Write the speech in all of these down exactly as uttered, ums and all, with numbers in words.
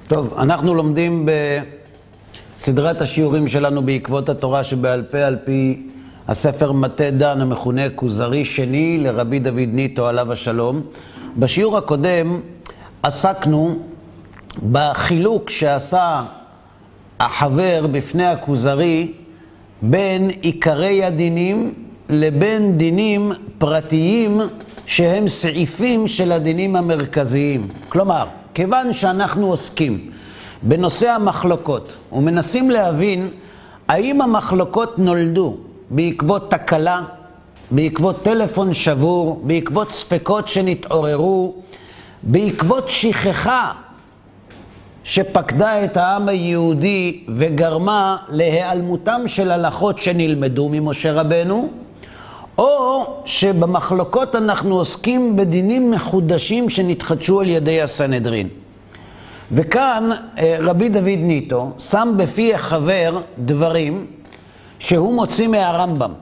טוב, אנחנו לומדים בסדרת השיעורים שלנו בעקבות התורה שבעל פה על פי הספר מטה דן המכונה כוזרי שני לרבי דוד ניטו עליו השלום. בשיעור הקודם עסקנו בחילוק שעשה החבר בפני הכוזרי בין עיקרי הדינים לבין דינים פרטיים שהם סעיפים של הדינים המרכזיים. כלומר, כיוון שאנחנו עוסקים בנושא המחלוקות ומנסים להבין האם המחלוקות נולדו בעקבות תקלה, בעקבות טלפון שבור, בעקבות ספקות שנתעוררו, בעקבות שכחה שפקדה את העם היהודי וגרמה להיעלמותם של הלכות שנלמדו ממשה רבנו, או שבמחלוקות אנחנו עוסקים בדינים מחודשים שנתחדשו על ידי הסנהדרין. וכאן רבי דוד ניטו שם בפי החבר דברים שהוא מוציא מהרמב"ם,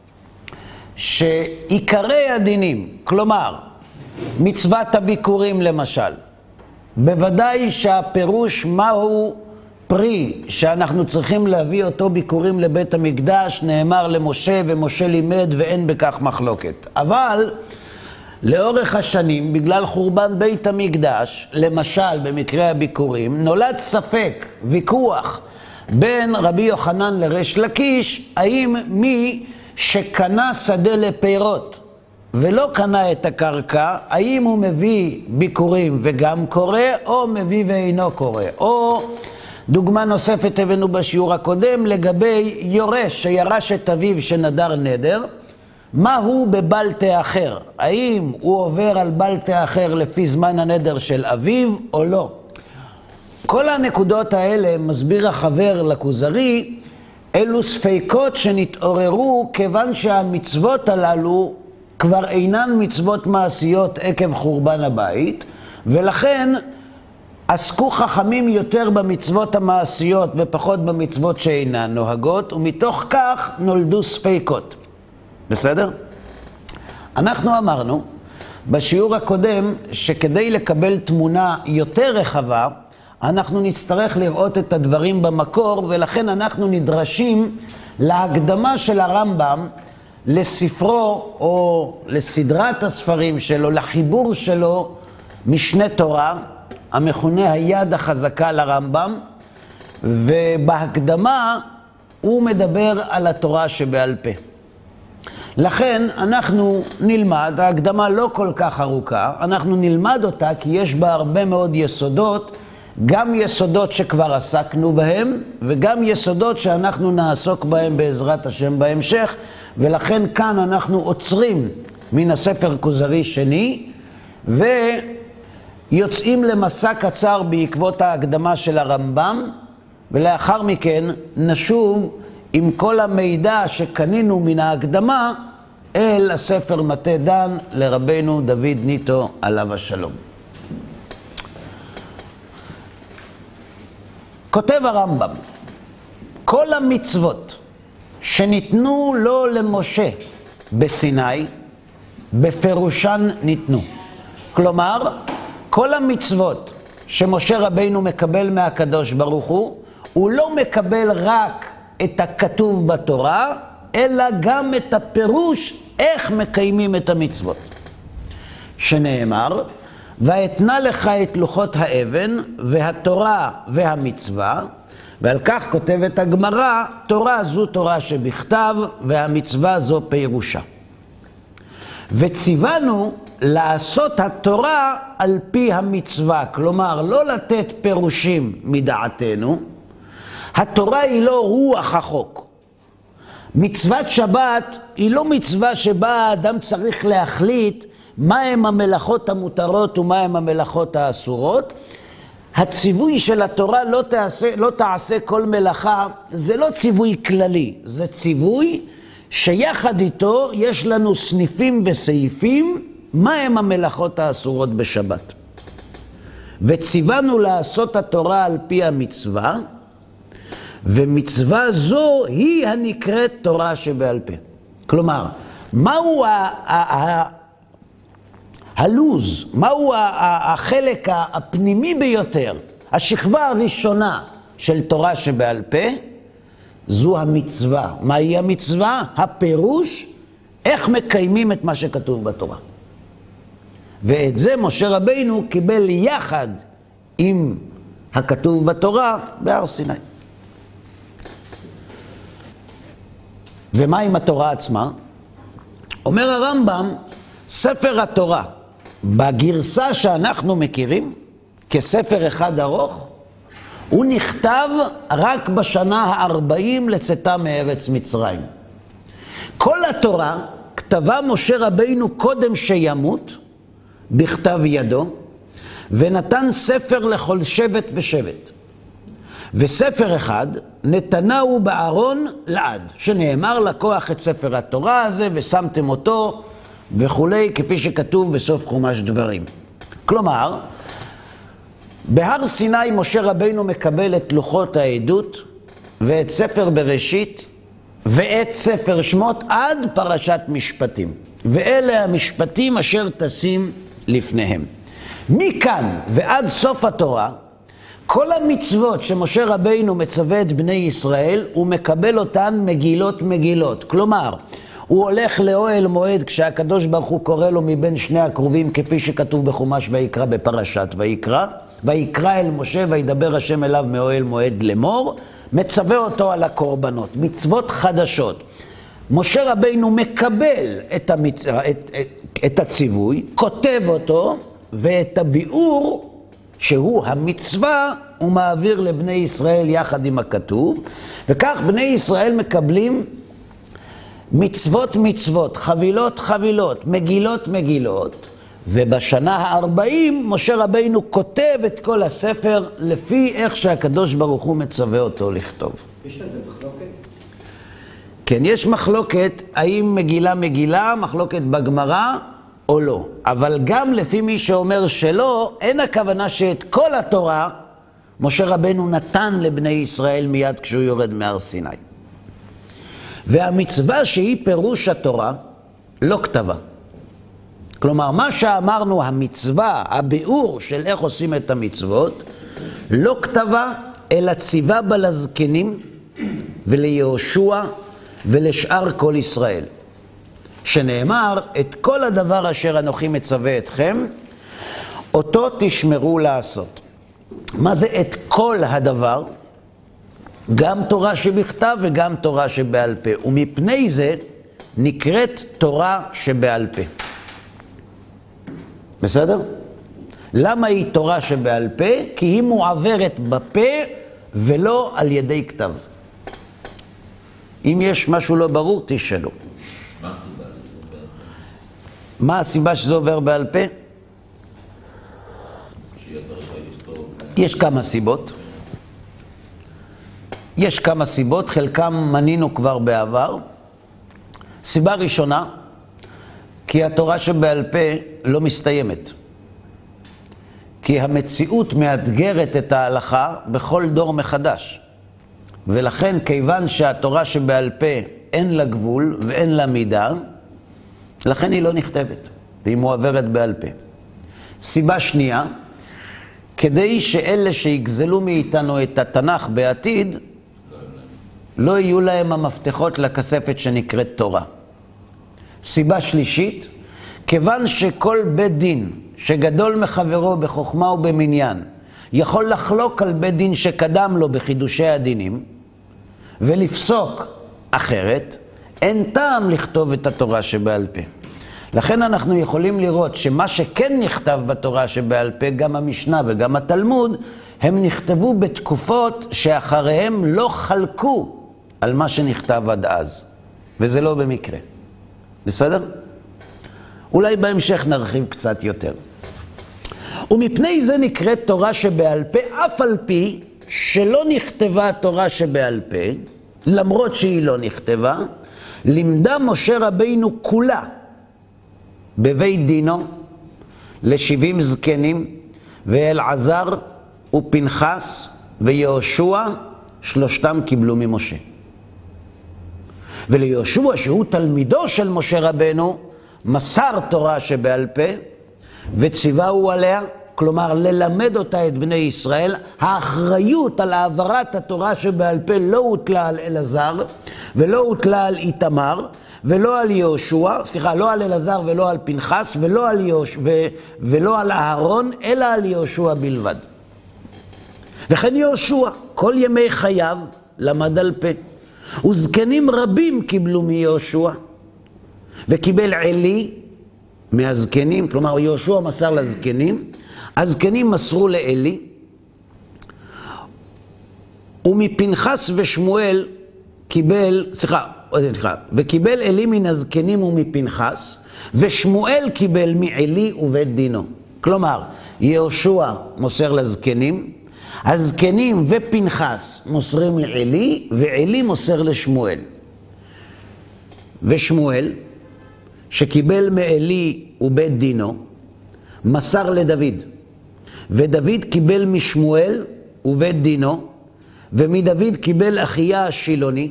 שעיקרי הדינים, כלומר מצוות הביקורים למשל, בוודאי שהפירוש מהו פרי שאנחנו צריכים להביא אותו ביקורים לבית המקדש נאמר למשה ומשה לימד ואין בכך מחלוקת. אבל לאורך השנים בגלל חורבן בית המקדש, למשל במקרה הביקורים, נולד ספק, ויכוח בין רבי יוחנן לריש לקיש, האם מי שקנה שדה לפירות ולא קנה את הקרקע, האם הוא מביא ביקורים וגם קורא, או מביא ואינו קורא. או דוגמה נוספת הבאנו בשיעור הקודם לגבי יורש שירש את אביו שנדר נדר, מה הוא בבלטה אחר? האם הוא עובר על בלטה אחר לפי זמן הנדר של אביו או לא? כל הנקודות האלה מסביר החבר לכוזרי, אלו ספקות שנתעוררו כיוון שהמצוות הללו כבר אינן מצוות מעשיות עקב חורבן הבית, ולכן עסקו חכמים יותר במצוות המעשיות ופחות במצוות שאינן נוהגות, ומתוך כך נולדו ספקות. בסדר? אנחנו אמרנו בשיעור הקודם שכדי לקבל תמונה יותר רחבה, אנחנו נצטרך לראות את הדברים במקור, ולכן אנחנו נדרשים להקדמה של הרמב"ם לספרו או לסדרת הספרים שלו, לחיבור שלו, משנה תורה, המכונה היד החזקה לרמב"ם, ובהקדמה הוא מדבר על התורה שבעל פה. לכן אנחנו נלמד, ההקדמה לא כל כך ארוכה, אנחנו נלמד אותה כי יש בה הרבה מאוד יסודות, גם יסודות שכבר עסקנו בהם, וגם יסודות שאנחנו נעסוק בהם בעזרת השם בהמשך, ולכן כאן אנחנו עוצרים מן הספר כוזרי שני, ויוצאים למסע קצר בעקבות ההקדמה של הרמב"ם, ולאחר מכן נשוב עם כל המידע שקנינו מן ההקדמה אל הספר מטה דן לרבנו דוד ניטו עליו השלום. כותב הרמב"ם, כל המצוות שניתנו לו למשה בסיני, בפירושן ניתנו. כלומר, כל המצוות שמשה רבינו מקבל מהקדוש ברוך הוא, הוא לא מקבל רק את הכתוב בתורה, אלא גם את הפירוש איך מקיימים את המצוות. שנאמר, ואתנה לך את לוחות האבן והתורה והמצווה, ועל כך כותבת הגמרא, תורה זו תורה שבכתב והמצווה זו פירושה. וציוונו לעשות התורה על פי המצווה, כלומר לא לתת פירושים מדעתנו. התורה היא לא רוח החוק. מצוות שבת היא לא מצווה שבה האדם צריך להחליט מהם המלאכות המותרות ומהם המלאכות האסורות. הציווי של התורה לא תעשה, לא תעשה כל מלאכה, זה לא ציווי כללי, זה ציווי שיחד איתו יש לנו סניפים וסעיפים מהם המלאכות האסורות בשבת. וציוונו לעשות התורה על פי המצווה, ומצווה זו היא הנקראת תורה שבעל פה. כלומר, מהו ה... ה, ה הלוז, מהו החלק הפנימי ביותר, השכבה הראשונה של תורה שבעל פה זו המצווה. מהי המצווה? הפירוש, איך מקיימים את מה שכתוב בתורה. ואת זה משה רבינו קיבל יחד עם הכתוב בתורה בהר סיני. ומה עם התורה עצמה? אומר הרמב"ם, ספר התורה, בגרסה שאנחנו מכירים, כספר אחד ארוך, הוא נכתב רק בשנה הארבעים לצאתה מארץ מצרים. כל התורה כתבה משה רבינו קודם שימות, בכתב ידו, ונתן ספר לכל שבט ושבט. וספר אחד נתנהו בארון לעד, שנאמר לקוח את ספר התורה הזה ושמתם אותו וכולי, כפי שכתוב בסוף חומש דברים. כלומר, בהר סיני משה רבינו מקבל את לוחות העדות ואת ספר בראשית ואת ספר שמות עד פרשת משפטים. ואלה המשפטים אשר תשים לפניהם. מכאן ועד סוף התורה, כל המצוות שמשה רבינו מצווה את בני ישראל, הוא מקבל אותן מגילות מגילות. כלומר, הוא הולך לאוהל מועד כשהקדוש ברוך הוא קורא לו מבין שני הקרובים, כפי שכתוב בחומש ויקרא בפרשת ויקרא. ויקרא אל משה וידבר השם אליו מאוהל מועד לאמור, מצווה אותו על הקורבנות, מצוות חדשות. משה רבינו מקבל את, המצ... את, את, את הציווי, כותב אותו, ואת הביאור, שהוא המצווה, הוא מעביר לבני ישראל יחד עם הכתוב, וכך בני ישראל מקבלים מצוות מצוות, חבילות חבילות, מגילות מגילות, ובשנה הארבעים משה רבינו כותב את כל הספר לפי איך שהקדוש ברוך הוא מצווה אותו לכתוב. יש לזה מחלוקת? כן, יש מחלוקת האם מגילה מגילה, מחלוקת בגמרא או לא. אבל גם לפי מי שאומר שלא, אין הכוונה שאת כל התורה משה רבינו נתן לבני ישראל מיד כשהוא יורד מהר סיני. והמצווה שהיא פירוש התורה לא כתבה. כלומר, מה שאמרנו, המצווה, הביאור של איך עושים את המצוות, לא כתבה, אלא ציווה בה לזקנים וליהושע ולשאר כל ישראל. שנאמר, את כל הדבר אשר אנוכי מצווה אתכם, אותו תשמרו לעשות. מה זה את כל הדבר? גם תורה שבכתב וגם תורה שבעל פה. ומפני זה נקראת תורה שבעל פה. בסדר? למה היא תורה שבעל פה? כי היא מועברת בפה ולא על ידי כתב. אם יש משהו לא ברור, תשאלו. מה הסיבה שזה עובר בעל פה? יש כמה סיבות. יש כמה סיבות, חלקם מנינו כבר בעבר. סיבה ראשונה, כי התורה שבעל פה לא מסתיימת. כי המציאות מאתגרת את ההלכה בכל דור מחדש. ולכן, כיוון שהתורה שבעל פה אין לה גבול ואין לה מידה, לכן היא לא נכתבת, והיא מועברת בעל פה. סיבה שנייה, כדי שאלה שיגזלו מאיתנו את התנ"ך בעתיד, לא יהיו להם המפתחות לכספת שנקראת תורה. סיבה שלישית, כיוון שכל בית דין שגדול מחברו בחוכמה ובמניין, יכול לחלוק על בית דין שקדם לו בחידושי הדינים, ולפסוק אחרת, אין טעם לכתוב את התורה שבעל פה. לכן אנחנו יכולים לראות שמה שכן נכתב בתורה שבעל פה, גם המשנה וגם התלמוד, הם נכתבו בתקופות שאחריהם לא חלקו על מה שנכתב עד אז. וזה לא במקרה. בסדר? אולי בהמשך נרחיב קצת יותר. ומפני זה נקראת תורה שבעל פה, אף על פי שלא נכתבה תורה שבעל פה, למרות שהיא לא נכתבה, לימדה משה רבינו כולה בבית דינו לשבעים זקנים, ואלעזר ופנחס ויהושע, שלושתם קיבלו ממשה. וליהושע, שהוא תלמידו של משה רבינו, מסר תורה שבעל פה, וציווהו עליה כלומר ללמד אותה את בני ישראל. האחריות על העברת התורה שבעל פה לא הוטלה על אלעזר ולא הוטלה על איתמר ולא על יהושע, סליחה, לא על אלעזר ולא על פנחס ולא על, יהוש... ו... ולא על אהרון, אלא על יהושע בלבד. וכן יהושע כל ימי חייו למד על פה, וזקנים רבים קיבלו מיהושע, וקיבל עלי מהזקנים, כלומר יהושע מסר לזקנים, הזקנים מסרו לעלי, ומפנחס ושמואל קיבל, סליחה, סליחה, וקיבל עלי מן הזקנים ומפנחס, ושמואל קיבל מעלי ובית דינו. כלומר, יהושע מוסר לזקנים, הזקנים ופנחס מוסרים לעלי, ועלי מוסר לשמואל. ושמואל, שקיבל מעלי ובית דינו, מסר לדוד. ודוד קיבל משמואל ובית דינו, ומדוד קיבל אחיה השילוני,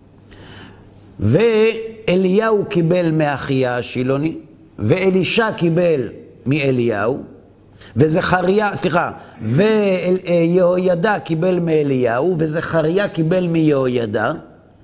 ואליהו קיבל מאחיה השילוני, ואלישע קיבל מאליהו, וזכריה, סליחה, ויהוידע קיבל מאליהו, וזכריה קיבל מיהוידע,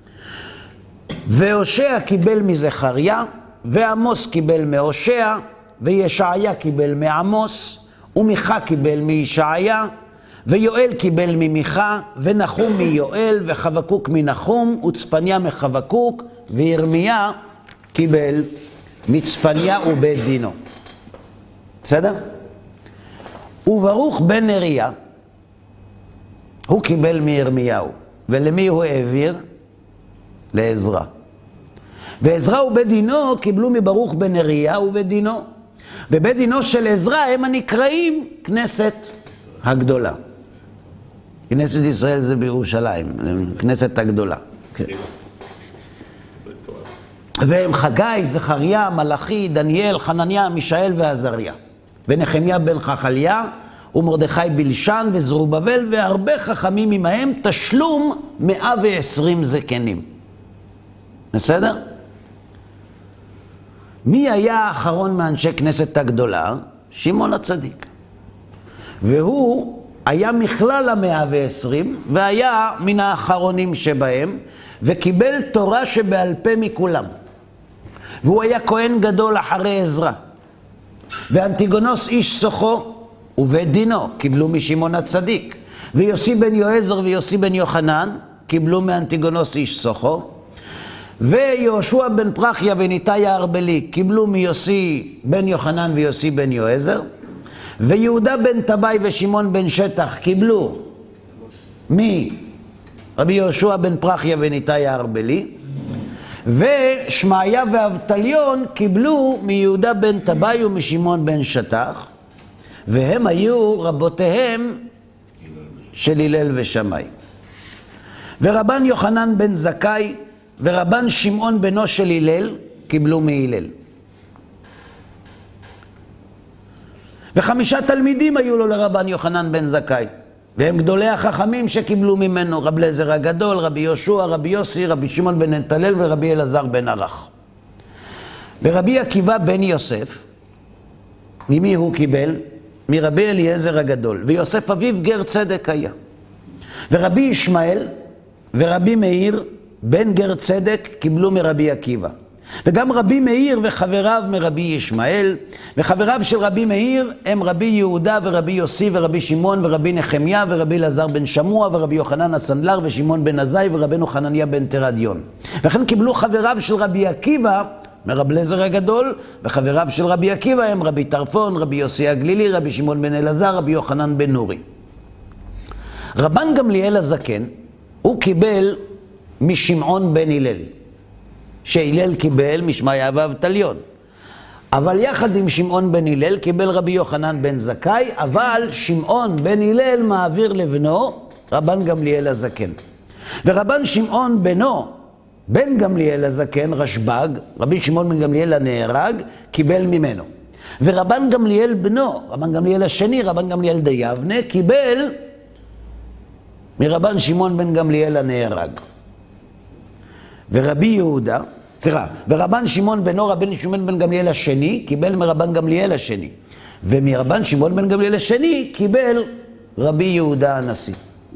והושע קיבל מזכריה, ועמוס קיבל מהושע, וישעיה קיבל מעמוס, ומיכה קיבל מישעיה, ויואל קיבל ממיכה, ונחום מיואל, וחבקוק מנחום, וצפניה מחבקוק, וירמיה קיבל מצפניה ובית דינו. בסדר? וברוך בן נריה, הוא קיבל מירמיהו. ולמי הוא העביר? לעזרא. ועזרא ובית דינו קיבלו מברוך בן נריה ובית דינו. בבית דינו של עזרא הם הנקראים כנסת הגדולה. כנסת ישראל זה בירושלים, כנסת הגדולה. כן. והם חגי, זכריה, מלאכי, דניאל, חנניה, מישאל ועזריה. ונחמיה בן חכליה, ומרדכי בלשן וזרובבל, והרבה חכמים עמהם, תשלום מאה ועשרים זקנים. בסדר? מי היה האחרון מאנשי כנסת הגדולה? שמעון הצדיק. והוא היה מכלל המאה ועשרים, והיה מן האחרונים שבהם, וקיבל תורה שבעל פה מכולם. והוא היה כהן גדול אחרי עזרא. ואנטיגונוס איש סוחו ובית דינו קיבלו משמעון הצדיק. ויוסי בן יועזר ויוסי בן יוחנן קיבלו מאנטיגונוס איש סוחו. ויהושע בן פרחיה וניתאי הארבלי קיבלו מיוסי בן יוחנן ויוסי בן יועזר. ויהודה בן טבעי ושמעון בן שטח קיבלו מרבי יהושע בן פרחיה וניתאי הארבלי. ושמעיה ואבטליון קיבלו מיהודה בן טבעי ומשמעון בן שטח, והם היו רבותיהם של הלל ושמאי. ורבן יוחנן בן זכאי ורבן שמעון בנו של הלל קיבלו מהלל. וחמישה תלמידים היו לו לרבן יוחנן בן זכאי, והם גדולי החכמים שקיבלו ממנו, רב אליעזר הגדול, רבי יהושע, רבי יוסי, רבי שמעון בן נתנאל ורבי אלעזר בן ערך. ורבי עקיבא בן יוסף, ממי הוא קיבל? מרבי אליעזר הגדול, ויוסף אביו גר צדק היה. ורבי ישמעאל ורבי מאיר בן גר צדק קיבלו מרבי עקיבא. וגם רבי מאיר וחבריו מרבי ישמעאל, וחבריו של רבי מאיר הם רבי יהודה ורבי יוסי ורבי שמעון ורבי נחמיה ורבי אלעזר בן שמוע ורבי יוחנן הסנדלר ושמעון בן עזאי ורבנו חנניה בן תרדיון. וכן קיבלו חבריו של רבי עקיבא מרב אליעזר הגדול, וחבריו של רבי עקיבא הם רבי טרפון, רבי יוסי הגלילי, רבי שמעון בן אלעזר, רבי יוחנן בן נורי. רבן גמליאל הזקן, הוא קיבל משמעון בן הלל, שהלל קיבל משמעיה ואבטליון. אבל יחד עם שמעון בן הלל קיבל רבי יוחנן בן זכאי, אבל שמעון בן הלל מעביר לבנו רבן גמליאל הזקן. ורבן שמעון בנו, בן גמליאל הזקן, רשב"ג, רבי שמעון בן גמליאל הנהרג, קיבל ממנו. ורבן גמליאל בנו, רבן גמליאל השני, רבן גמליאל דיבנה, קיבל מרבן שמעון בן גמליאל הנהרג. ורבי יהודה, סליחה, ורבן שמעון בנו, רבן שמעון בן גמליאל השני, קיבל מרבן גמליאל השני. ומרבן שמעון בן גמליאל השני קיבל רבי יהודה הנשיא.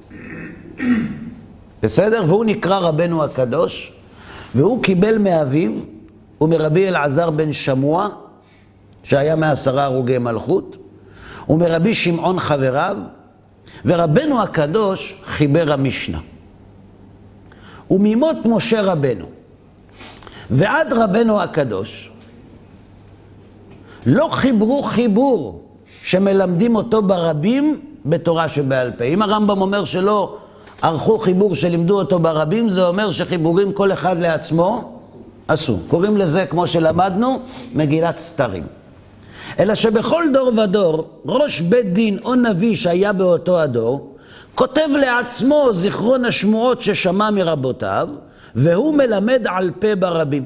בסדר? והוא נקרא רבנו הקדוש, והוא קיבל מאביו ומרבי אלעזר בן שמוע, שהיה מעשרה הרוגי מלכות, ומרבי שמעון חבריו, ורבנו הקדוש חיבר המשנה. וממות משה רבנו ועד רבנו הקדוש לא חיברו חיבור שמלמדים אותו ברבים בתורה שבעל פה. אם הרמב"ם אומר שלא ערכו חיבור שלימדו אותו ברבים, זה אומר שחיבורים כל אחד לעצמו עשו. קוראים לזה, כמו שלמדנו, מגילת סתרים. אלא שבכל דור ודור, ראש בית דין או נביא שהיה באותו הדור, כותב לעצמו זיכרון השמועות ששמע מרבותיו, והוא מלמד על פה ברבים.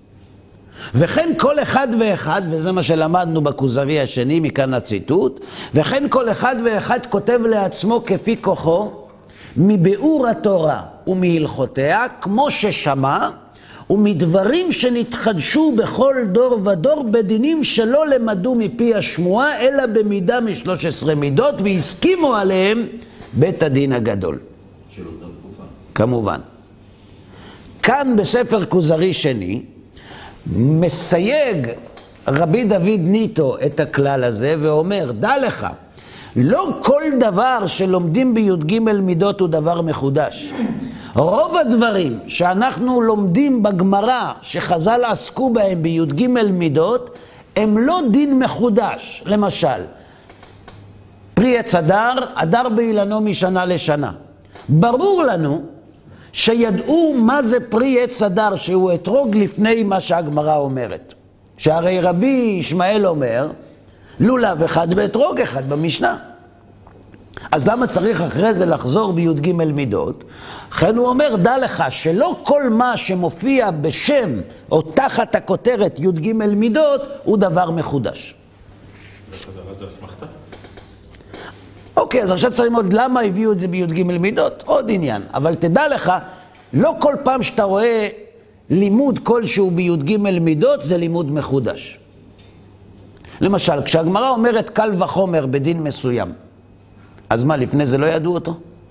וכן כל אחד ואחד, וזה מה שלמדנו בכוזרי השני, מכאן הציטוט, וכן כל אחד ואחד כותב לעצמו כפי כוחו, מביאור התורה ומהלכותיה, כמו ששמע, ומדברים שנתחדשו בכל דור ודור בדינים שלא למדו מפי השמועה, אלא במידה משלוש עשרה מידות, והסכימו עליהם בית הדין הגדול. של אותה תקופה. כמובן. כאן בספר כוזרי שני, מסייג רבי דוד ניטו את הכלל הזה ואומר, דע לך, לא כל דבר שלומדים בי"ג מידות הוא דבר מחודש. רוב הדברים שאנחנו לומדים בגמרא, שחז"ל עסקו בהם בי"ג מידות, הם לא דין מחודש. למשל, פרי עץ הדר, הדר באילנו משנה לשנה. ברור לנו שידעו מה זה פרי עץ הדר, שהוא אתרוג לפני מה שהגמרא אומרת. שהרי רבי ישמעאל אומר, לולב אחד ואתרוג אחד במשנה. אז למה צריך אחרי זה לחזור בי"ג מידות? לכן הוא אומר, דע לך שלא כל מה שמופיע בשם או תחת הכותרת י"ג מידות הוא דבר מחודש. זה אסמכתה? אוקיי, אז עכשיו צריך ללמוד למה הביאו את זה בי"ג מידות, עוד עניין. אבל תדע לך, לא כל פעם שאתה רואה לימוד כלשהו בי"ג מידות, זה לימוד מחודש. למשל, כשהגמרא אומרת קל וחומר בדין מסוים, אז מה, לפני זה לא ידעו אותו?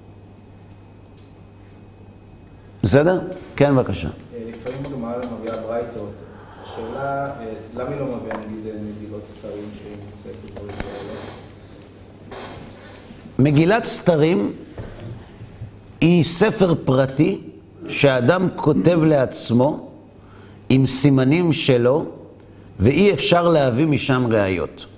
בסדר? כן, בבקשה. לפעמים הגמרא מביאה ברייתות. השאלה, למה היא לא מביאה נגיד מגילות סתרים שנמצאת בדברים כאלה? מגילת סתרים היא ספר פרטי שהאדם כותב לעצמו עם סימנים שלו, ואי אפשר להביא משם ראיות.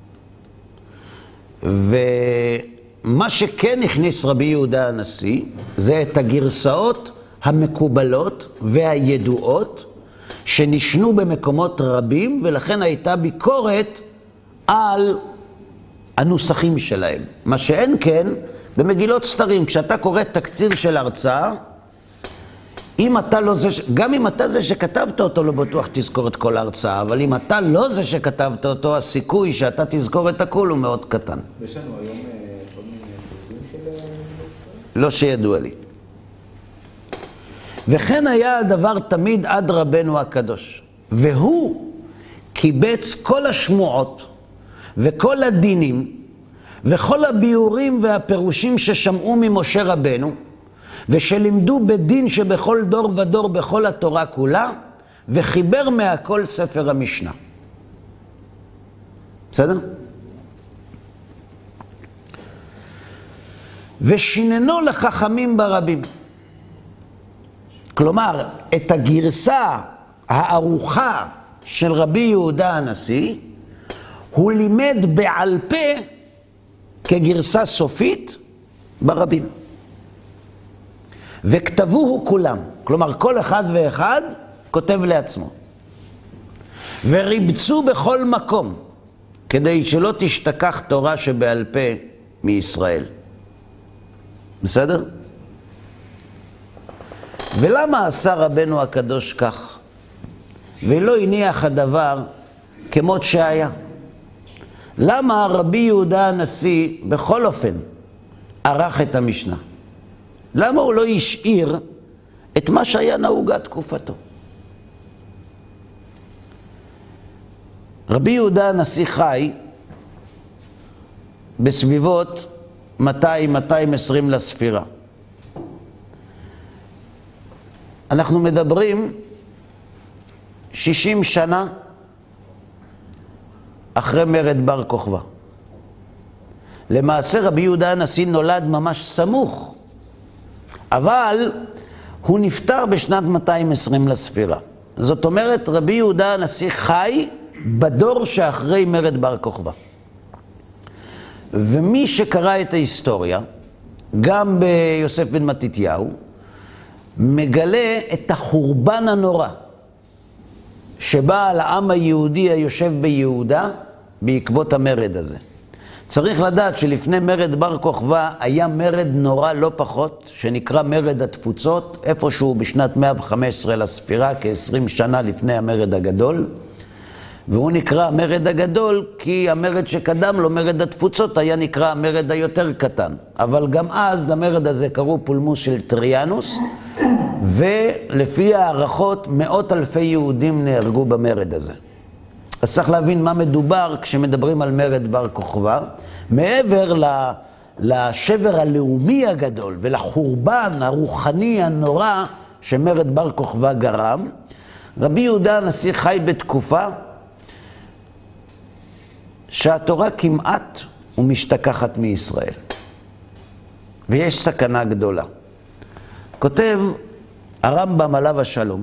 ומה שכן הכניס רבי יהודה הנשיא, זה את הגרסאות המקובלות והידועות, שנשנו במקומות רבים, ולכן הייתה ביקורת על הנוסחים שלהם. מה שאין כן, במגילות סתרים, כשאתה קורא תקציר של הרצאה, אם אתה לא זה, גם אם אתה זה שכתבת אותו, לא בטוח תזכור את כל ההרצאה, אבל אם אתה לא זה שכתבת אותו, הסיכוי שאתה תזכור את הכל הוא מאוד קטן. יש לנו היום כל מיני פרסים של... לא שידוע לי. וכן היה הדבר תמיד עד רבנו הקדוש, והוא קיבץ כל השמועות וכל הדינים וכל הביאורים והפירושים ששמעו ממשה רבנו, ושלימדו בדין שבכל דור ודור בכל התורה כולה, וחיבר מהכל ספר המשנה. בסדר? ושיננו לחכמים ברבים. כלומר, את הגרסה הארוכה של רבי יהודה הנשיא, הוא לימד בעל פה כגרסה סופית ברבים. וכתבוהו כולם, כלומר כל אחד ואחד כותב לעצמו. וריבצו בכל מקום, כדי שלא תשתכח תורה שבעל פה מישראל. בסדר? ולמה עשה רבנו הקדוש כך? ולא הניח הדבר כמות שהיה. למה רבי יהודה הנשיא בכל אופן ערך את המשנה? למה הוא לא השאיר את מה שהיה נהוג עד תקופתו? רבי יהודה הנשיא חי בסביבות מאתיים מאתיים ועשרים לספירה. אנחנו מדברים שישים שנה אחרי מרד בר כוכבא. למעשה רבי יהודה הנשיא נולד ממש סמוך, אבל הוא נפטר בשנת מאתיים ועשרים לספירה. זאת אומרת, רבי יהודה הנשיא חי בדור שאחרי מרד בר כוכבא. ומי שקרא את ההיסטוריה, גם ביוסף בן מתתיהו, מגלה את החורבן הנורא שבא על העם היהודי היושב ביהודה בעקבות המרד הזה. צריך לדעת שלפני מרד בר כוכבא היה מרד נורא לא פחות, שנקרא מרד התפוצות, איפשהו בשנת מאה וחמש עשרה לספירה, כ-עשרים שנה לפני המרד הגדול. והוא נקרא המרד הגדול כי המרד שקדם לו, מרד התפוצות, היה נקרא המרד היותר קטן. אבל גם אז למרד הזה קראו פולמוס של טריאנוס, ולפי הערכות מאות אלפי יהודים נהרגו במרד הזה. אז צריך להבין מה מדובר כשמדברים על מרד בר כוכבא. מעבר לשבר הלאומי הגדול ולחורבן הרוחני הנורא שמרד בר כוכבא גרם, רבי יהודה הנשיא חי בתקופה שהתורה כמעט ומשתכחת מישראל. ויש סכנה גדולה. כותב הרמב"ם עליו השלום,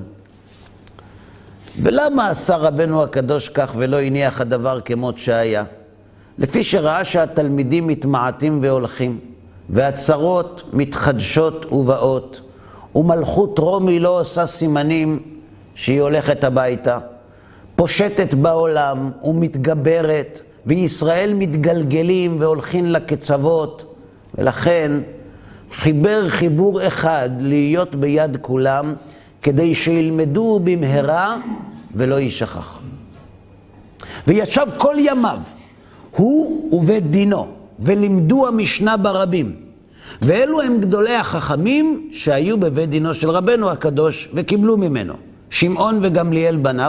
ולמה עשה רבנו הקדוש כך ולא הניח הדבר כמות שהיה? לפי שראה שהתלמידים מתמעטים והולכים, והצרות מתחדשות ובאות, ומלכות רומי לא עושה סימנים שהיא הולכת הביתה, פושטת בעולם ומתגברת, וישראל מתגלגלים והולכים לקצוות, ולכן חיבר חיבור אחד להיות ביד כולם, כדי שילמדו במהרה ולא יישכח. וישב כל ימיו, הוא ובית דינו, ולימדו המשנה ברבים. ואלו הם גדולי החכמים שהיו בבית דינו של רבנו הקדוש וקיבלו ממנו. שמעון וגמליאל בניו,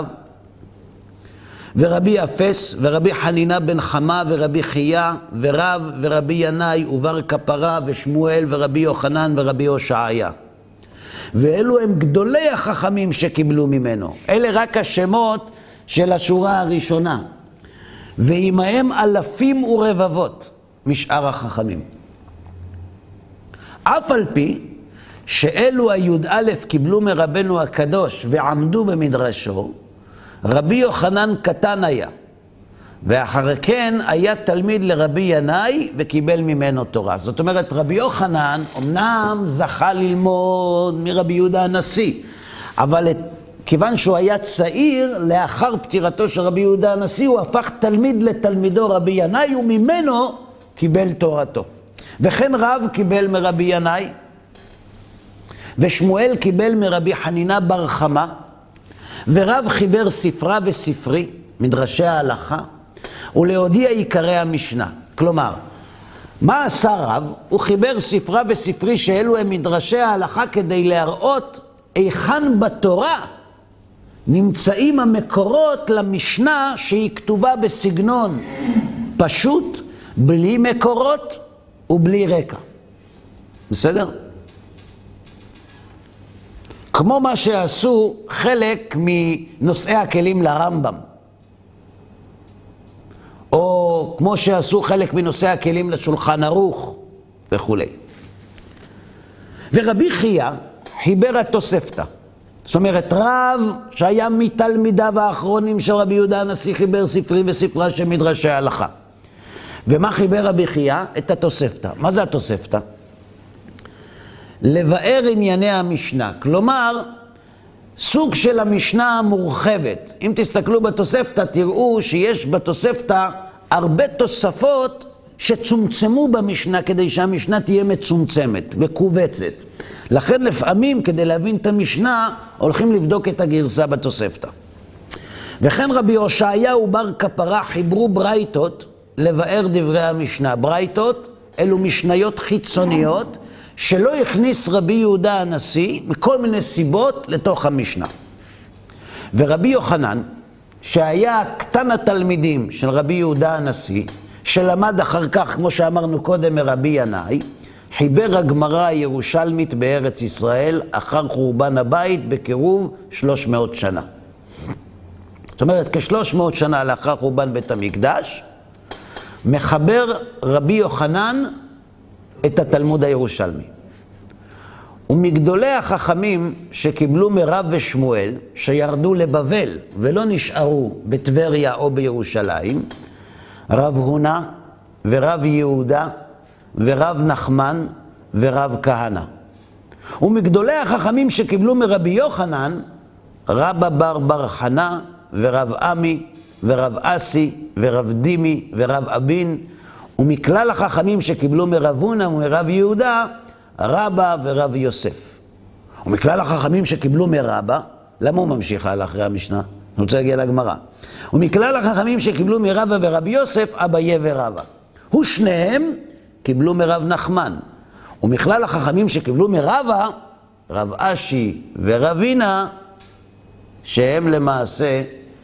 ורבי אפס, ורבי חנינה בן חמה, ורבי חייה, ורב, ורבי ינאי, ובר כפרה, ושמואל, ורבי יוחנן, ורבי הושעיה. ואלו הם גדולי החכמים שקיבלו ממנו. אלה רק השמות של השורה הראשונה. ועמהם אלפים ורבבות משאר החכמים. אף על פי שאלו הי"א קיבלו מרבנו הקדוש ועמדו במדרשו, רבי יוחנן קטן היה, ואחר כן היה תלמיד לרבי ינאי וקיבל ממנו תורה. זאת אומרת, רבי יוחנן אמנם זכה ללמוד מרבי יהודה הנשיא, אבל כיוון שהוא היה צעיר, לאחר פטירתו של רבי יהודה הנשיא, הוא הפך תלמיד לתלמידו רבי ינאי, וממנו קיבל תורתו. וכן רב קיבל מרבי ינאי, ושמואל קיבל מרבי חנינה בר חמה, ורב חיבר ספרה וספרי, מדרשי ההלכה, ולהודיע עיקרי המשנה. כלומר, מה עשה רב? הוא חיבר ספרה וספרי שאלו הם מדרשי ההלכה, כדי להראות היכן בתורה נמצאים המקורות למשנה שהיא כתובה בסגנון פשוט, בלי מקורות ובלי רקע. בסדר? כמו מה שעשו חלק מנושאי הכלים לרמב"ם, או כמו שעשו חלק מנושאי הכלים לשולחן ערוך וכו'. ורבי חייה חיבר התוספתא. זאת אומרת, רב שהיה מתלמידיו האחרונים של רבי יהודה הנשיא חיבר ספרי וספרה של מדרשי ההלכה. ומה חיבר רבי חייה? את התוספתא. מה זה התוספתא? לבאר ענייני המשנה. כלומר, סוג של המשנה המורחבת. אם תסתכלו בתוספתא, תראו שיש בתוספתא הרבה תוספות שצומצמו במשנה, כדי שהמשנה תהיה מצומצמת וקובצת. לכן לפעמים, כדי להבין את המשנה, הולכים לבדוק את הגרסה בתוספתא. וכן רבי הושעיה ובר כפרה חיברו ברייתות לבאר דברי המשנה. ברייתות אלו משניות חיצוניות שלא הכניס רבי יהודה הנשיא מכל מיני סיבות לתוך המשנה. ורבי יוחנן, שהיה קטן התלמידים של רבי יהודה הנשיא, שלמד אחר כך, כמו שאמרנו קודם, מרבי ינאי, חיבר הגמרא הירושלמית בארץ ישראל אחר חורבן הבית בקירוב שלוש מאות שנה. זאת אומרת, כשלוש מאות שנה לאחר חורבן בית המקדש, מחבר רבי יוחנן את התלמוד הירושלמי. ומגדולי החכמים שקיבלו מרב ושמואל, שירדו לבבל ולא נשארו בטבריה או בירושלים, רב הונא ורב יהודה ורב נחמן ורב כהנא. ומגדולי החכמים שקיבלו מרבי יוחנן, רבא בר בר חנא ורב עמי ורב אסי ורב דימי ורב אבין. ומכלל החכמים שקיבלו מרב הונא ומרב יהודה, רבא ורב יוסף. ומכלל החכמים שקיבלו מרבא, למה הוא ממשיך הלאה אחרי המשנה? אני רוצה להגיע לגמרא. ומכלל החכמים שקיבלו מרבא ורב יוסף, אביה ורבא. ושניהם קיבלו מרב נחמן. ומכלל החכמים שקיבלו מרבא, רב אשי ורב הינא, שהם למעשה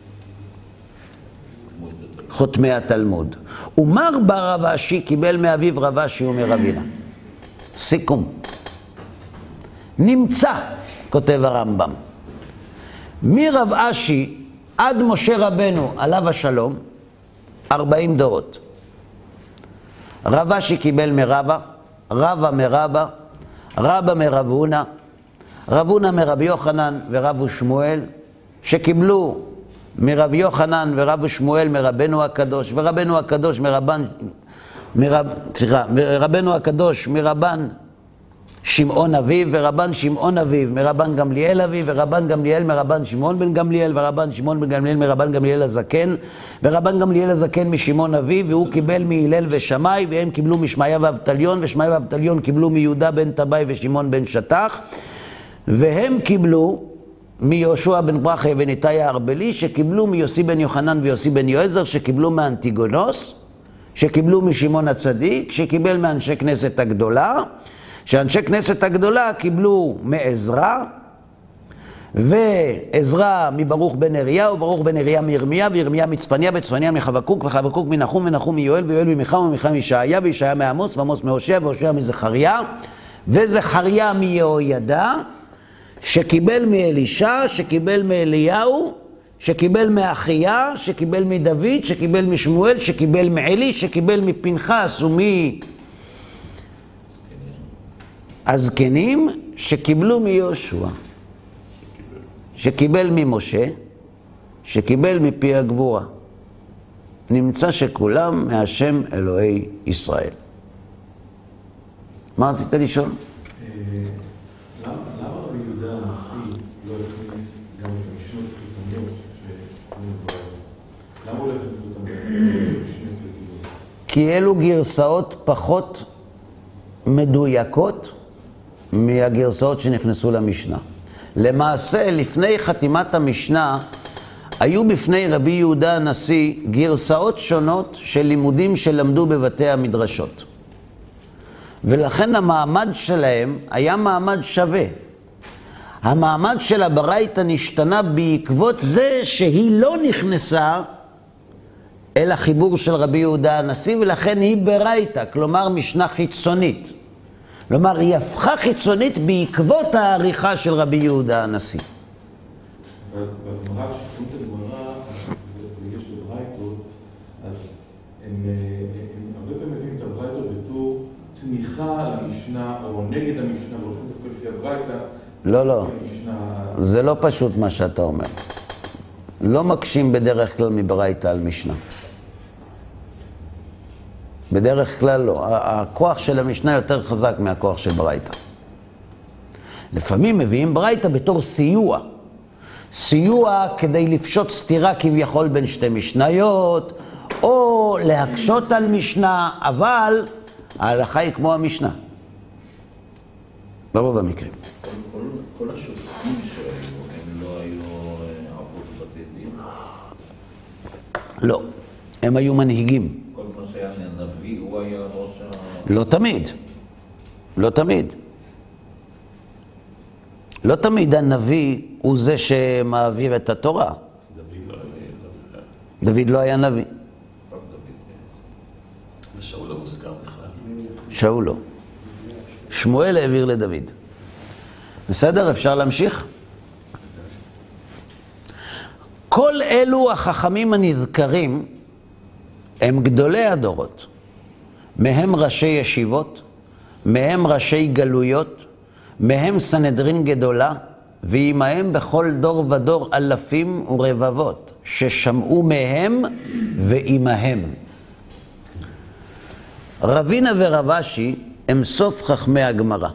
חותמי התלמוד. ומר בר רב אשי קיבל מאביו רב אשי ומרב הינא. סיכום. נמצא, כותב הרמב"ם, מרב אשי עד משה רבנו עליו השלום, ארבעים דורות. רב אשי קיבל מרבא, רבא מרבא, רבא מרב הונא, רב הונא מרבי יוחנן ורב ושמואל, שקיבלו מרב יוחנן ורב ושמואל מרבנו הקדוש, ורבנו הקדוש מרבן, מרב, סליחה, רבנו הקדוש מרבן שמעון אביו, ורבן שמעון אביו מרבן גמליאל אביו, ורבן גמליאל מרבן שמעון בן גמליאל, ורבן שמעון בן גמליאל מרבן גמליאל הזקן, ורבן גמליאל הזקן משמעון אביו, והוא קיבל מהלל ושמאי, והם קיבלו משמעיה ואבטליון, ושמעיה ואבטליון קיבלו מיהודה בן טבעי ושמעון בן שטח, והם קיבלו מיהושע בן ברכה וניתאי הארבלי, שקיבלו מיוסי בן יוחנן ויוסי בן יועזר, שקיבלו מאנטיגונוס, שקיבלו משמעון הצדיק, שקיבל מאנשי כנסת הגדולה, שאנשי כנסת הגדולה קיבלו מעזרא, ועזרא מברוך בן נריה, וברוך בן נריה מירמיה, וירמיה מצפניה, וצפניה מחבקוק, וחבקוק מנחום, ונחום מיואל, ויואל ממיכה, ומיכה מישעיה, וישעיה מעמוס, ועמוס מהושע, והושע מזכריה, וזכריה מיהוידע, שקיבל מאלישע, שקיבל מאליהו, שקיבל מאחיה, שקיבל מדוד, שקיבל משמואל, שקיבל מעלי, שקיבל מפנחס ומי הזקנים, שקיבלו מיהושע, שקיבל ממשה, שקיבל מפי הגבורה. נמצא שכולם מהשם אלוהי ישראל. מה רצית לשאול? למה רבי יהודה הנשיא לא הכניס גם את המשנות חיצוניות שקוראים כבר? למה הוא לא הכניס אותם במשנות רגילות? כי אלו גרסאות פחות מדויקות מהגרסאות שנכנסו למשנה. למעשה, לפני חתימת המשנה, היו בפני רבי יהודה הנשיא גרסאות שונות של לימודים שלמדו בבתי המדרשות. ולכן המעמד שלהם היה מעמד שווה. המעמד של הברייתא נשתנה בעקבות זה שהיא לא נכנסה אל החיבור של רבי יהודה הנשיא, ולכן היא ברייתא, כלומר משנה חיצונית. כלומר, היא הפכה חיצונית בעקבות העריכה של רבי יהודה הנשיא. בגמרא, כשקוראים את הגמרא, ויש בברייתות, אז הם הרבה פעמים מביאים את הברייתות בתור תמיכה למשנה, או נגד המשנה, והולכים דווקא לפי הברייתא. לא, לא. זה לא פשוט מה שאתה אומר. לא מקשים בדרך כלל מברייתא על משנה. בדרך כלל לא. הכוח של המשנה יותר חזק מהכוח של ברייתא. לפעמים מביאים ברייתא בתור סיוע. סיוע כדי לפשוט סתירה כביכול בין שתי משניות, או להקשות על משנה, אבל ההלכה היא כמו המשנה. ברוב המקרים. כל, כל, כל השופטים שהיו, הם לא היו עבוד בתי דין? לא. הם היו מנהיגים. כל מה שהיה מהנביא, הוא היה ראש ה... לא תמיד. לא תמיד. לא תמיד הנביא הוא זה שמעביר את התורה. דוד לא היה... דוד לא היה נביא. רק דוד. שאול לא מוזכר בכלל. שאול לא. שמואל העביר לדוד. בסדר? אפשר להמשיך? כל אלו החכמים הנזכרים הם גדולי הדורות. מהם ראשי ישיבות, מהם ראשי גלויות, מהם סנהדרין גדולה, ועמהם בכל דור ודור אלפים ורבבות, ששמעו מהם ועמהם. רבינה ורבשי הם סוף חכמי הגמרא.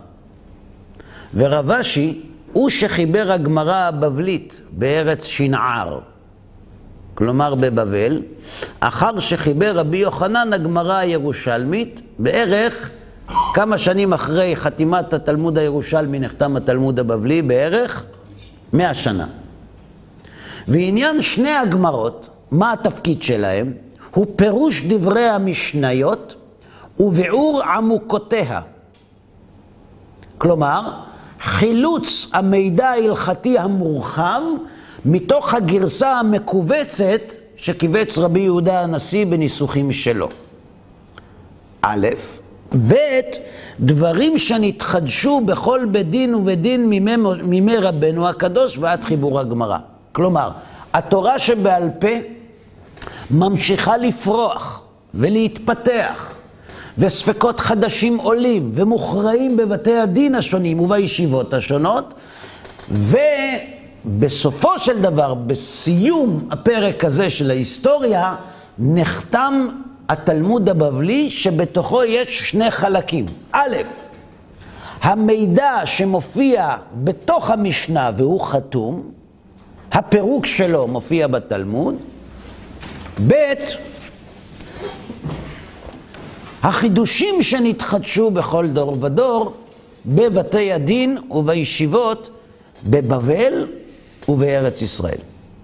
ורבשי הוא שחיבר הגמרא הבבלית בארץ שנער, כלומר בבבל, אחר שחיבר רבי יוחנן הגמרא הירושלמית, בערך כמה שנים אחרי חתימת התלמוד הירושלמי נחתם התלמוד הבבלי, בערך מאה שנה. ועניין שני הגמרות, מה התפקיד שלהם? הוא פירוש דברי המשניות וביאור עמוקותיה. כלומר, חילוץ המידע ההלכתי המורחב מתוך הגרסה המקובצת שקיבץ רבי יהודה הנשיא בניסוחים שלו. א', ב', דברים שנתחדשו בכל בית דין ובית דין מימי, מימי רבנו הקדוש ועד חיבור הגמרא. כלומר, התורה שבעל פה ממשיכה לפרוח ולהתפתח, וספקות חדשים עולים ומוכרעים בבתי הדין השונים ובישיבות השונות, ובסופו של דבר, בסיום הפרק הזה של ההיסטוריה, נחתם התלמוד הבבלי שבתוכו יש שני חלקים. א', המידע שמופיע בתוך המשנה והוא חתום, הפירוק שלו מופיע בתלמוד. ב', החידושים שנתחדשו בכל דור ודור בבתי הדין ובישיבות בבבל ובארץ ישראל.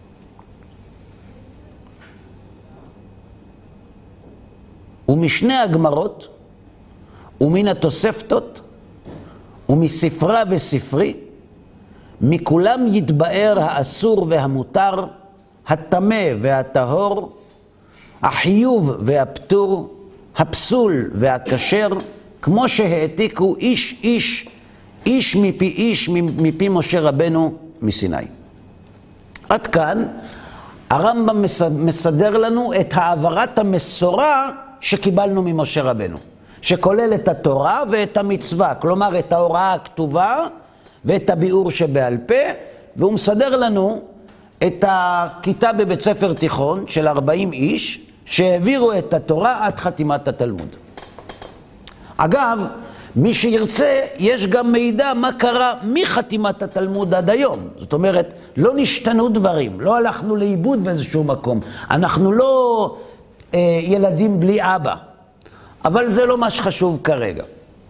ומשני הגמרות ומן התוספתות ומספרה וספרי, מכולם יתבאר האסור והמותר, הטמא והטהור, החיוב והפטור, הפסול והכשר, כמו שהעתיקו איש איש, איש מפי איש מפי משה רבנו מסיני. עד כאן הרמב"ם מסדר לנו את העברת המסורה שקיבלנו ממשה רבנו, שכולל את התורה ואת המצווה, כלומר את ההוראה הכתובה ואת הביאור שבעל פה, והוא מסדר לנו את הכיתה בבית ספר תיכון של ארבעים איש, שהעבירו את התורה עד חתימת התלמוד. אגב, מי שירצה, יש גם מידע מה קרה מחתימת התלמוד עד היום. זאת אומרת, לא נשתנו דברים, לא הלכנו לאיבוד באיזשהו מקום. אנחנו לא אה, ילדים בלי אבא, אבל זה לא מה שחשוב כרגע.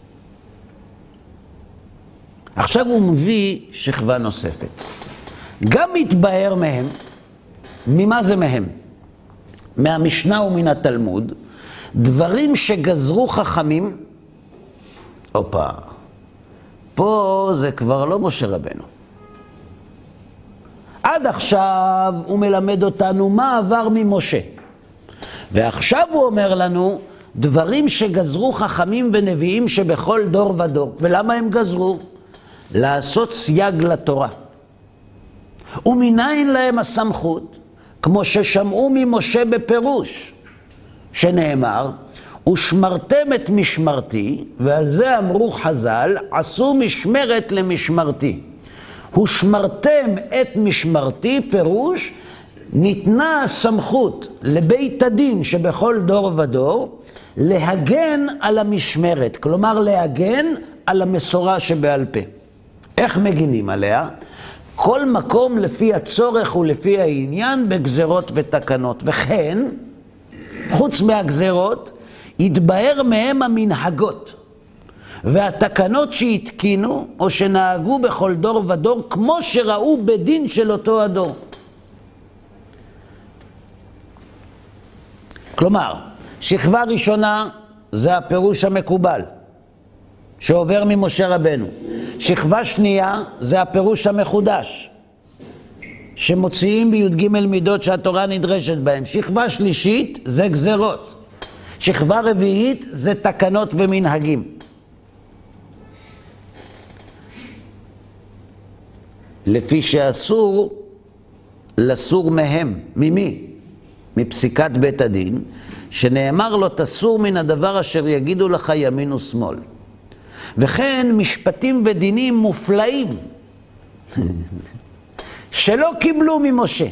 עכשיו הוא מביא שכבה נוספת. גם מתבהר מהם, ממה זה מהם? מהמשנה ומן התלמוד, דברים שגזרו חכמים. אופה, פה זה כבר לא משה רבנו. עד עכשיו הוא מלמד אותנו מה עבר ממשה. ועכשיו הוא אומר לנו דברים שגזרו חכמים ונביאים שבכל דור ודור. ולמה הם גזרו? לעשות סייג לתורה. ומניין להם הסמכות? כמו ששמעו ממשה בפירוש, שנאמר, ושמרתם את משמרתי, ועל זה אמרו חז"ל, עשו משמרת למשמרתי. ושמרתם את משמרתי, פירוש, ניתנה הסמכות לבית הדין שבכל דור ודור, להגן על המשמרת, כלומר להגן על המסורה שבעל פה. איך מגינים עליה? כל מקום לפי הצורך ולפי העניין בגזרות ותקנות. וכן, חוץ מהגזרות, יתבהר מהם המנהגות והתקנות שהתקינו או שנהגו בכל דור ודור, כמו שראו בדין של אותו הדור. כלומר, שכבה ראשונה זה הפירוש המקובל שעובר ממשה רבנו. שכבה שנייה זה הפירוש המחודש שמוציאים בי"ג מידות שהתורה נדרשת בהם. שכבה שלישית זה גזרות. שכבה רביעית זה תקנות ומנהגים. לפי שאסור לסור מהם. ממי? מפסיקת בית הדין, שנאמר לו תסור מן הדבר אשר יגידו לך ימין ושמאל. וכן משפטים ודינים מופלאים שלא קיבלו ממשה,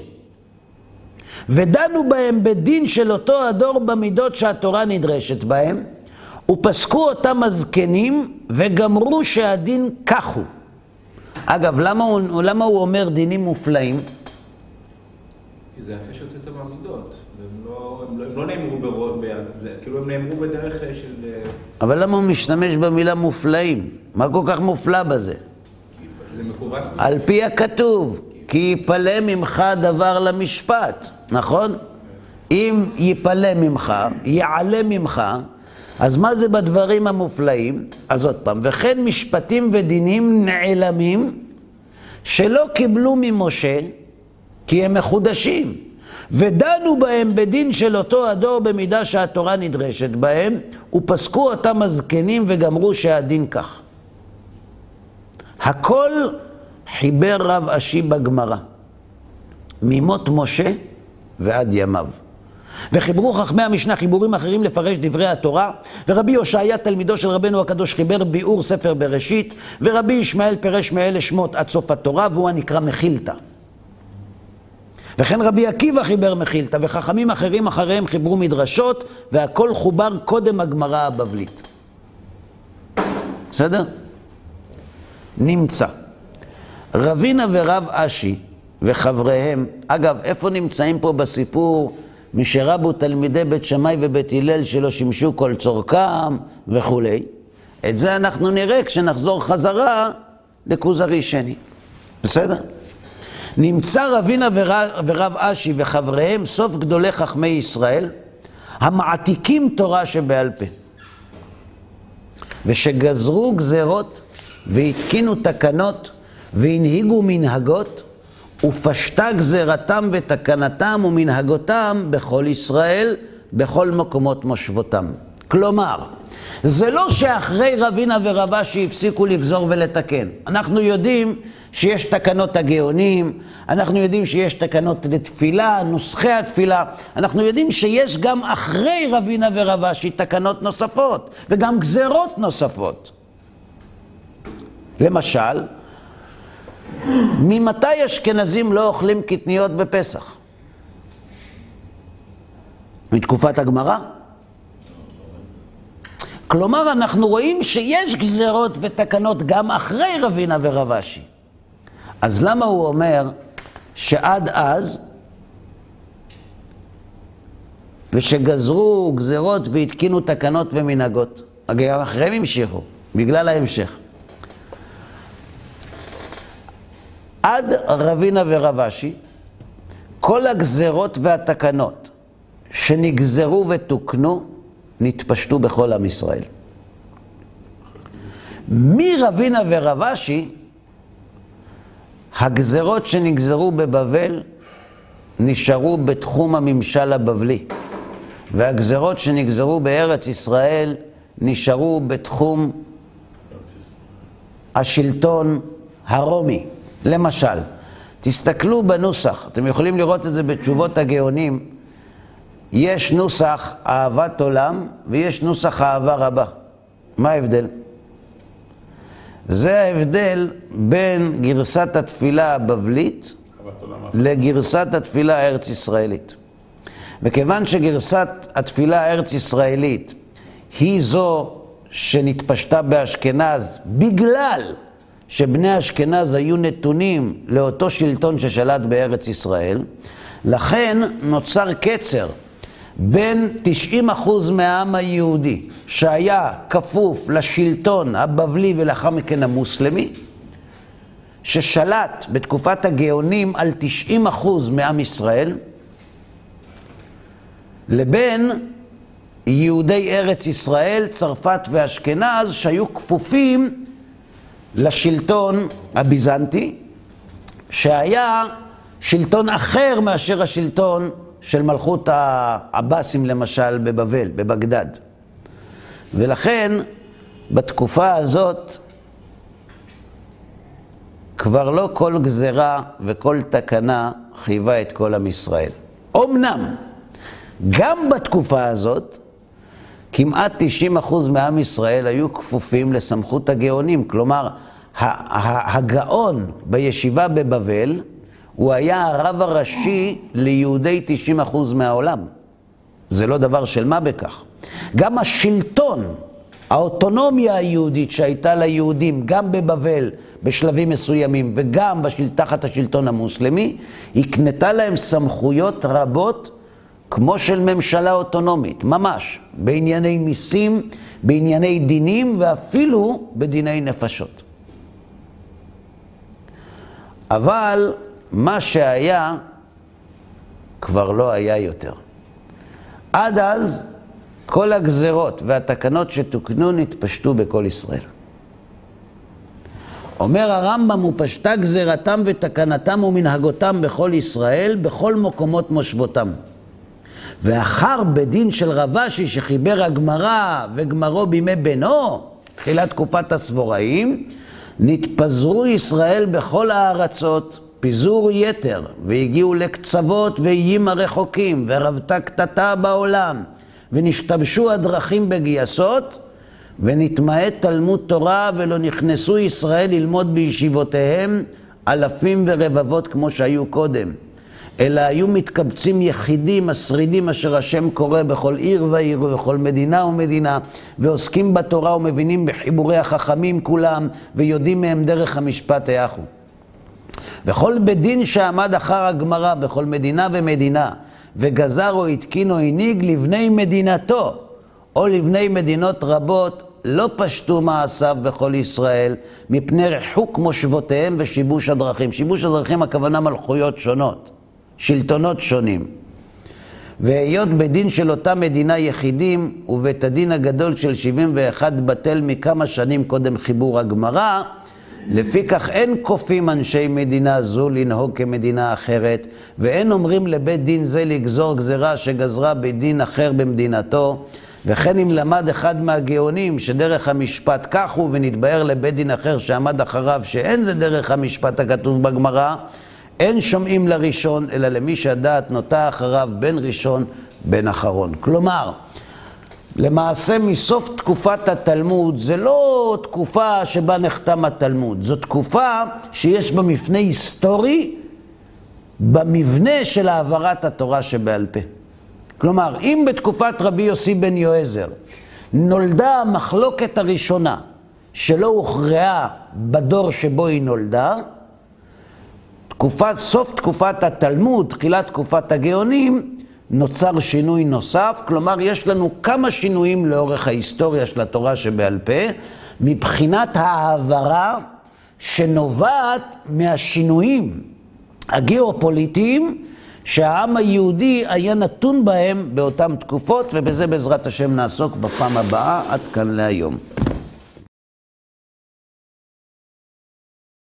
ודנו בהם בדין של אותו הדור במידות שהתורה נדרשת בהם, ופסקו אותם הזקנים וגמרו שהדין כך הוא. אגב, למה הוא, למה הוא אומר דינים מופלאים? כי זה יפה שהוצאת מהמידות. הם לא, הם לא, הם לא נאמרו ברוב, כאילו הם נאמרו בדרך של... אבל למה הוא משתמש במילה מופלאים? מה כל כך מופלא בזה? זה מקובץ? על פי הכתוב, כי ייפלא ממך דבר למשפט, נכון? אם ייפלא ממך, יעלה ממך, אז מה זה בדברים המופלאים? אז עוד פעם, וכן משפטים ודינים נעלמים שלא קיבלו ממשה, כי הם מחודשים, ודנו בהם בדין של אותו הדור במידה שהתורה נדרשת בהם, ופסקו אותם הזקנים וגמרו שהדין כך. הכל חיבר רב אשי בגמרא, ממות משה ועד ימיו. וחיברו חכמי המשנה חיבורים אחרים לפרש דברי התורה, ורבי יושעיה תלמידו של רבנו הקדוש חיבר ביאור ספר בראשית, ורבי ישמעאל פירש מאלה שמות עד סוף התורה, והוא הנקרא מחילתא. וכן רבי עקיבא חיבר מחילתא, וחכמים אחרים אחריהם חיברו מדרשות, והכל חובר קודם הגמרא הבבלית. בסדר? נמצא רבינה ורב אשי וחבריהם, אגב, איפה נמצאים פה בסיפור? משרבו תלמידי בית שמאי ובית הלל שלא שימשו כל צורכם וכו'. את זה אנחנו נראה כשנחזור חזרה לכוזרי שני. בסדר? נמצא רבינה ורב, ורב אשי וחבריהם סוף גדולי חכמי ישראל המעתיקים תורה שבעל פה, ושגזרו גזרות והתקינו תקנות והנהיגו מנהגות, ופשטה גזרתם ותקנתם ומנהגותם בכל ישראל, בכל מקומות מושבותם. כלומר, זה לא שאחרי רבינה ורב אשי הפסיקו לגזור ולתקן. אנחנו יודעים שיש תקנות הגאונים, אנחנו יודעים שיש תקנות לתפילה, נוסחי התפילה, אנחנו יודעים שיש גם אחרי רבינה ורב אשי תקנות נוספות, וגם גזרות נוספות. למשל, ממתי אשכנזים לא אוכלים קטניות בפסח? מתקופת הגמרא? כלומר, אנחנו רואים שיש גזרות ותקנות גם אחרי רבינה ורב אשי. אז למה הוא אומר שעד אז, ושגזרו גזרות והתקינו תקנות ומנהגות? אחריהם המשיכו, בגלל ההמשך. עד רבינה ורב אשי, כל הגזרות והתקנות שנגזרו ותוקנו, נתפשטו בכל עם ישראל. מרבינה ורב אשי, הגזרות שנגזרו בבבל נשארו בתחום הממשל הבבלי, והגזרות שנגזרו בארץ ישראל נשארו בתחום השלטון הרומי. למשל, תסתכלו בנוסח, אתם יכולים לראות את זה בתשובות הגאונים, יש נוסח אהבת עולם ויש נוסח אהבה רבה. מה ההבדל? זה ההבדל בין גרסת התפילה הבבלית לגרסת התפילה הארץ ישראלית. וכיוון שגרסת התפילה הארץ ישראלית היא זו שנתפשטה באשכנז בגלל שבני אשכנז היו נתונים לאותו שלטון ששלט בארץ ישראל, לכן נוצר קצר בין תשעים אחוז מהעם היהודי שהיה כפוף לשלטון הבבלי ולאחר מכן המוסלמי, ששלט בתקופת הגאונים על תשעים אחוז מעם ישראל, לבין יהודי ארץ ישראל, צרפת ואשכנז, שהיו כפופים לשלטון הביזנטי, שהיה שלטון אחר מאשר השלטון של מלכות העבאסים למשל בבבל, בבגדד. ולכן בתקופה הזאת כבר לא כל גזרה וכל תקנה חייבה את כל עם ישראל. אמנם, גם בתקופה הזאת, כמעט תשעים אחוז מעם ישראל היו כפופים לסמכות הגאונים. כלומר, הגאון בישיבה בבבל, הוא היה הרב הראשי ליהודי תשעים אחוז מהעולם. זה לא דבר של מה בכך. גם השלטון, האוטונומיה היהודית שהייתה ליהודים, גם בבבל בשלבים מסוימים, וגם תחת השלטון המוסלמי, הקנתה להם סמכויות רבות, כמו של ממשלה אוטונומית, ממש, בענייני מיסים, בענייני דינים, ואפילו בדיני נפשות. אבל מה שהיה כבר לא היה יותר. עד אז כל הגזרות והתקנות שתוקנו נתפשטו בכל ישראל. אומר הרמב"ם, ופשטה גזרתם ותקנתם ומנהגותם בכל ישראל, בכל מקומות מושבותם. ואחר בדין של רבשי שחיבר הגמרא וגמרו בימי בנו, תחילת תקופת הסבוראים, נתפזרו ישראל בכל הארצות, פיזור יתר, והגיעו לקצוות ואיים הרחוקים, ורבתה קטטה בעולם, ונשתבשו הדרכים בגייסות, ונתמעט תלמוד תורה, ולא נכנסו ישראל ללמוד בישיבותיהם אלפים ורבבות כמו שהיו קודם. אלא היו מתקבצים יחידים, השרידים אשר השם קורא בכל עיר ועיר ובכל מדינה ומדינה, ועוסקים בתורה ומבינים בחיבורי החכמים כולם, ויודעים מהם דרך המשפט היחו. וכל בדין שעמד אחר הגמרא בכל מדינה ומדינה, וגזר או התקין או הניג לבני מדינתו, או לבני מדינות רבות, לא פשטו מעשיו בכל ישראל, מפני רחוק מושבותיהם ושיבוש הדרכים. שיבוש הדרכים הכוונה מלכויות שונות. שלטונות שונים. והיות בדין של אותה מדינה יחידים, ובית הדין הגדול של שבעים ואחת בטל מכמה שנים קודם חיבור הגמרא, לפי כך אין כופים אנשי מדינה זו לנהוג כמדינה אחרת, ואין אומרים לבית דין זה לגזור גזרה שגזרה בית דין אחר במדינתו, וכן אם למד אחד מהגאונים שדרך המשפט כך הוא, ונתבהר לבית דין אחר שעמד אחריו שאין זה דרך המשפט הכתוב בגמרא, אין שומעים לראשון, אלא למי שהדעת נוטה אחריו בין ראשון בין אחרון. כלומר, למעשה מסוף תקופת התלמוד, זה לא תקופה שבה נחתם התלמוד, זו תקופה שיש בה מפנה היסטורי, במבנה של העברת התורה שבעל פה. כלומר, אם בתקופת רבי יוסי בן יועזר נולדה המחלוקת הראשונה שלא הוכרעה בדור שבו היא נולדה, תקופת, סוף תקופת התלמוד, תחילת תקופת הגאונים, נוצר שינוי נוסף. כלומר, יש לנו כמה שינויים לאורך ההיסטוריה של התורה שבעל פה, מבחינת העברה שנובעת מהשינויים הגיאופוליטיים שהעם היהודי היה נתון בהם באותן תקופות, ובזה בעזרת השם נעסוק בפעם הבאה. עד כאן להיום.